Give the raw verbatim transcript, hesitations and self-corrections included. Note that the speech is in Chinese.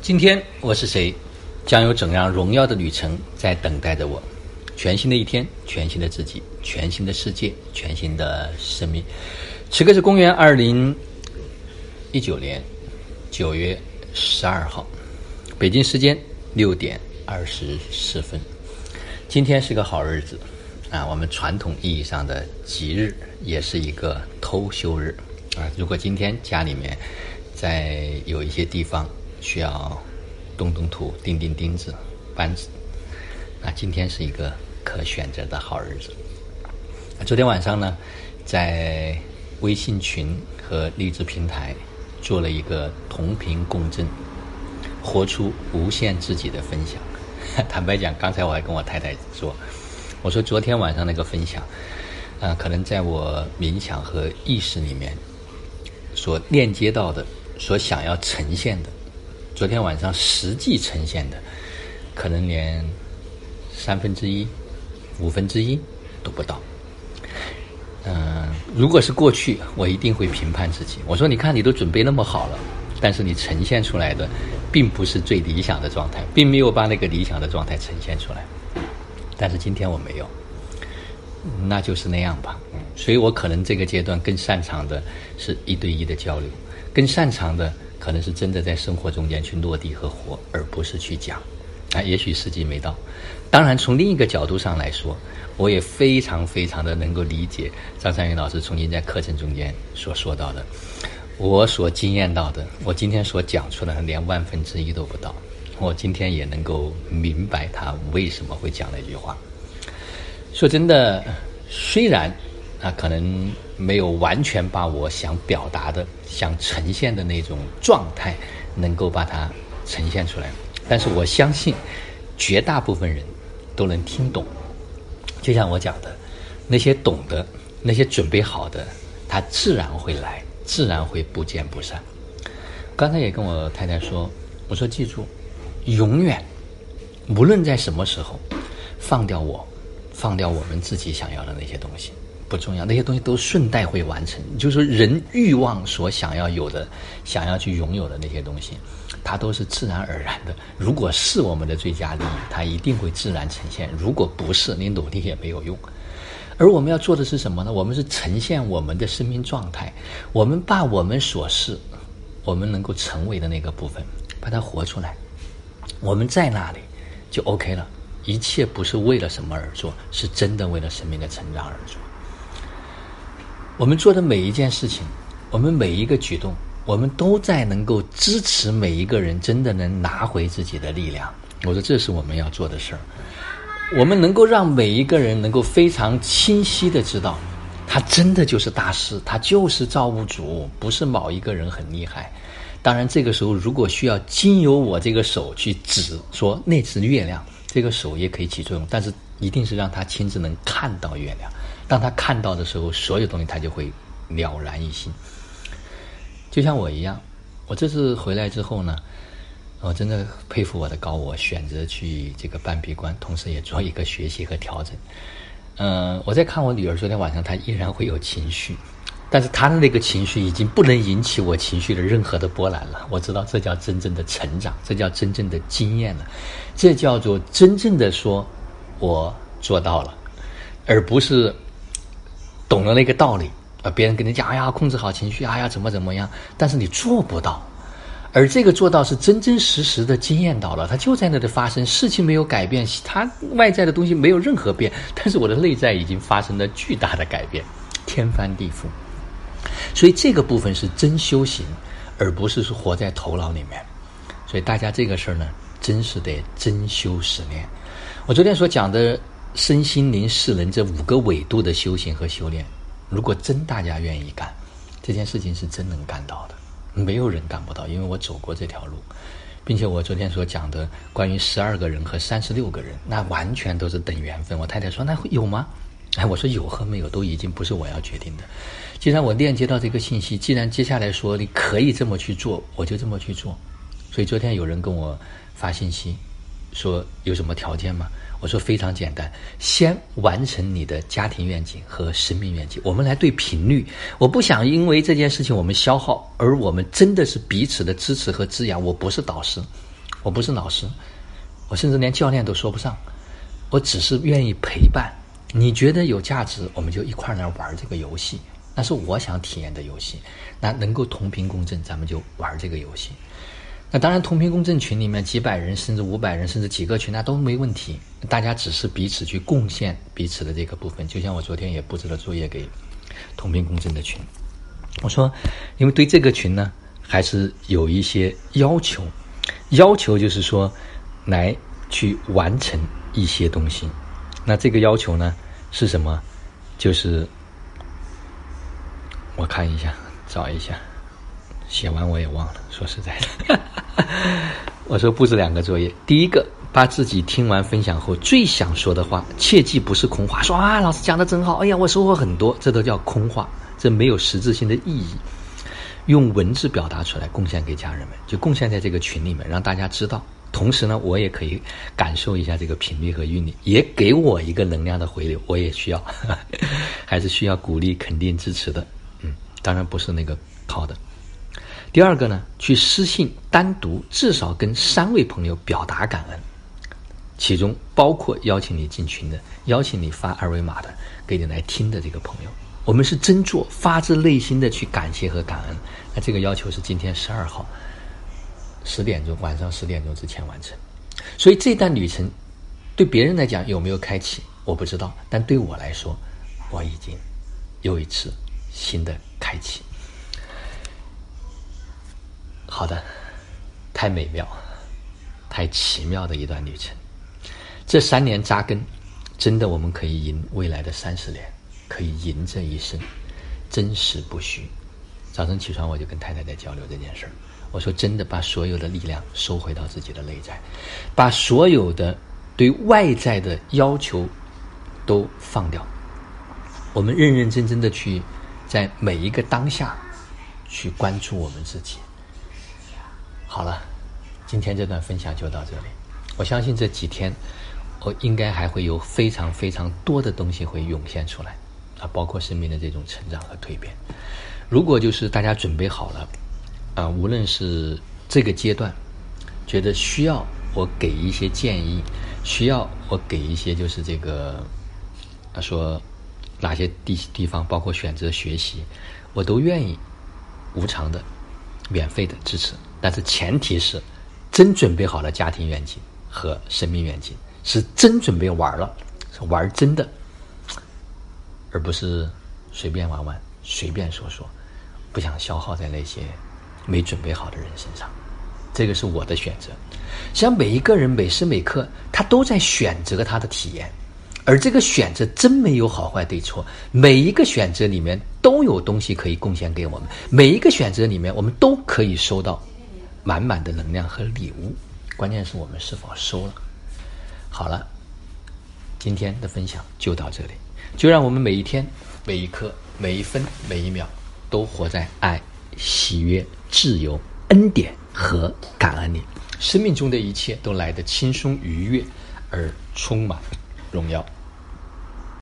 今天我是谁，将有怎样荣耀的旅程在等待着我。全新的一天，全新的自己，全新的世界，全新的生命。此刻是公元二零一九年九月十二号，北京时间六点二十四分。今天是个好日子啊，我们传统意义上的吉日，也是一个偷休日啊。如果今天家里面在有一些地方需要动动土、钉钉钉子、扳子，那今天是一个可选择的好日子。昨天晚上呢，在微信群和励志平台做了一个同频共振，活出无限自己的分享。坦白讲，刚才我还跟我太太说，我说昨天晚上那个分享，呃，可能在我冥想和意识里面所链接到的、所想要呈现的，昨天晚上实际呈现的，可能连三分之一、五分之一都不到。嗯、呃，如果是过去，我一定会评判自己。我说，你看，你都准备那么好了，但是你呈现出来的并不是最理想的状态，并没有把那个理想的状态呈现出来。但是今天我没有，那就是那样吧。所以我可能这个阶段更擅长的是一对一的交流，更擅长的可能是真的在生活中间去落地和活，而不是去讲。啊，也许时机没到。当然，从另一个角度上来说，我也非常非常的能够理解张三元老师曾经在课程中间所说到的，我所经验到的，我今天所讲出来的连万分之一都不到。我今天也能够明白他为什么会讲那句话。说真的，虽然啊可能没有完全把我想表达的、想呈现的那种状态能够把它呈现出来，但是我相信绝大部分人都能听懂。就像我讲的，那些懂得、那些准备好的，他自然会来，自然会不见不散。刚才也跟我太太说，我说记住，永远无论在什么时候，放掉我，放掉我们自己想要的那些东西不重要，那些东西都顺带会完成。就是说，人欲望所想要有的、想要去拥有的那些东西，它都是自然而然的。如果是我们的最佳利益，它一定会自然呈现；如果不是，你努力也没有用。而我们要做的是什么呢？我们是呈现我们的生命状态，我们把我们所是、我们能够成为的那个部分，把它活出来。我们在那里就 OK 了。一切不是为了什么而做，是真的为了生命的成长而做。我们做的每一件事情，我们每一个举动，我们都在能够支持每一个人真的能拿回自己的力量。我说这是我们要做的事儿。我们能够让每一个人能够非常清晰的知道，他真的就是大师，他就是造物主，不是某一个人很厉害。当然这个时候如果需要经由我这个手去指说那是月亮，这个手也可以起作用，但是一定是让他亲自能看到月亮。当他看到的时候，所有东西他就会了然于心。就像我一样，我这次回来之后呢，我真的佩服我的高我，选择去这个办闭关，同时也做一个学习和调整。嗯、呃，我在看我女儿昨天晚上，她依然会有情绪，但是她的那个情绪已经不能引起我情绪的任何的波澜了。我知道这叫真正的成长，这叫真正的经验了，这叫做真正的说我做到了，而不是懂了那个道理啊，别人跟你讲，哎呀，控制好情绪，哎呀，怎么怎么样，但是你做不到。而这个做到是真真实实的经验到了，它就在那里发生，事情没有改变，它外在的东西没有任何变，但是我的内在已经发生了巨大的改变，天翻地覆。所以这个部分是真修行，而不是说活在头脑里面。所以大家这个事儿呢，真是得真修实练。我昨天所讲的身心灵世人这五个纬度的修行和修炼，如果真大家愿意干，这件事情是真能干到的，没有人干不到，因为我走过这条路。并且我昨天所讲的关于十二个人和三十六个人，那完全都是等缘分。我太太说那会有吗？哎，我说有和没有都已经不是我要决定的。既然我链接到这个信息，既然接下来说你可以这么去做，我就这么去做。所以昨天有人跟我发信息说有什么条件吗？我说非常简单，先完成你的家庭愿景和生命愿景，我们来对频率。我不想因为这件事情我们消耗，而我们真的是彼此的支持和滋养。我不是导师， 我不是老师，我甚至连教练都说不上，我只是愿意陪伴。你觉得有价值，我们就一块来玩这个游戏，那是我想体验的游戏。那能够同频共振，咱们就玩这个游戏。那当然，同频共振群里面几百人，甚至五百人，甚至几个群，那都没问题。大家只是彼此去贡献彼此的这个部分。就像我昨天也布置了作业给同频共振的群，我说，因为对这个群呢，还是有一些要求，要求就是说，来去完成一些东西。那这个要求呢是什么？就是我看一下，找一下。写完我也忘了，说实在的我说布置两个作业，第一个，把自己听完分享后最想说的话，切记不是空话，说啊老师讲的真好，哎呀我收获很多，这都叫空话，这没有实质性的意义。用文字表达出来，贡献给家人们，就贡献在这个群里面，让大家知道。同时呢，我也可以感受一下这个频率和韵律，也给我一个能量的回流，我也需要还是需要鼓励肯定支持的。嗯，当然不是那个套的。第二个呢，去私信单独至少跟三位朋友表达感恩，其中包括邀请你进群的，邀请你发二维码的，给你来听的这个朋友，我们是真做，发自内心的去感谢和感恩。那这个要求是今天十二号十点钟，晚上十点钟之前完成。所以这段旅程对别人来讲有没有开启我不知道，但对我来说，我已经又一次新的开启。好的，太美妙，太奇妙的一段旅程。这三年扎根，真的我们可以赢未来的三十年，可以赢这一生，真实不虚。早晨起床我就跟太太在交流这件事儿，我说真的，把所有的力量收回到自己的内在，把所有的对外在的要求都放掉，我们认认真真的去在每一个当下去关注我们自己。好了，今天这段分享就到这里。我相信这几天我应该还会有非常非常多的东西会涌现出来啊，包括生命的这种成长和蜕变。如果就是大家准备好了啊，无论是这个阶段觉得需要我给一些建议，需要我给一些就是这个啊说哪些地地方包括选择学习，我都愿意无偿的免费的支持。但是前提是真准备好了家庭愿景和生命愿景，是真准备玩了，是玩真的，而不是随便玩玩随便说说，不想消耗在那些没准备好的人身上。这个是我的选择。像每一个人每时每刻他都在选择他的体验，而这个选择真没有好坏对错，每一个选择里面都有东西可以贡献给我们，每一个选择里面我们都可以收到满满的能量和礼物，关键是我们是否收了。好了，今天的分享就到这里，就让我们每一天每一刻每一分每一秒都活在爱、喜悦、自由、恩典和感恩里，生命中的一切都来得轻松愉悦而充满荣耀。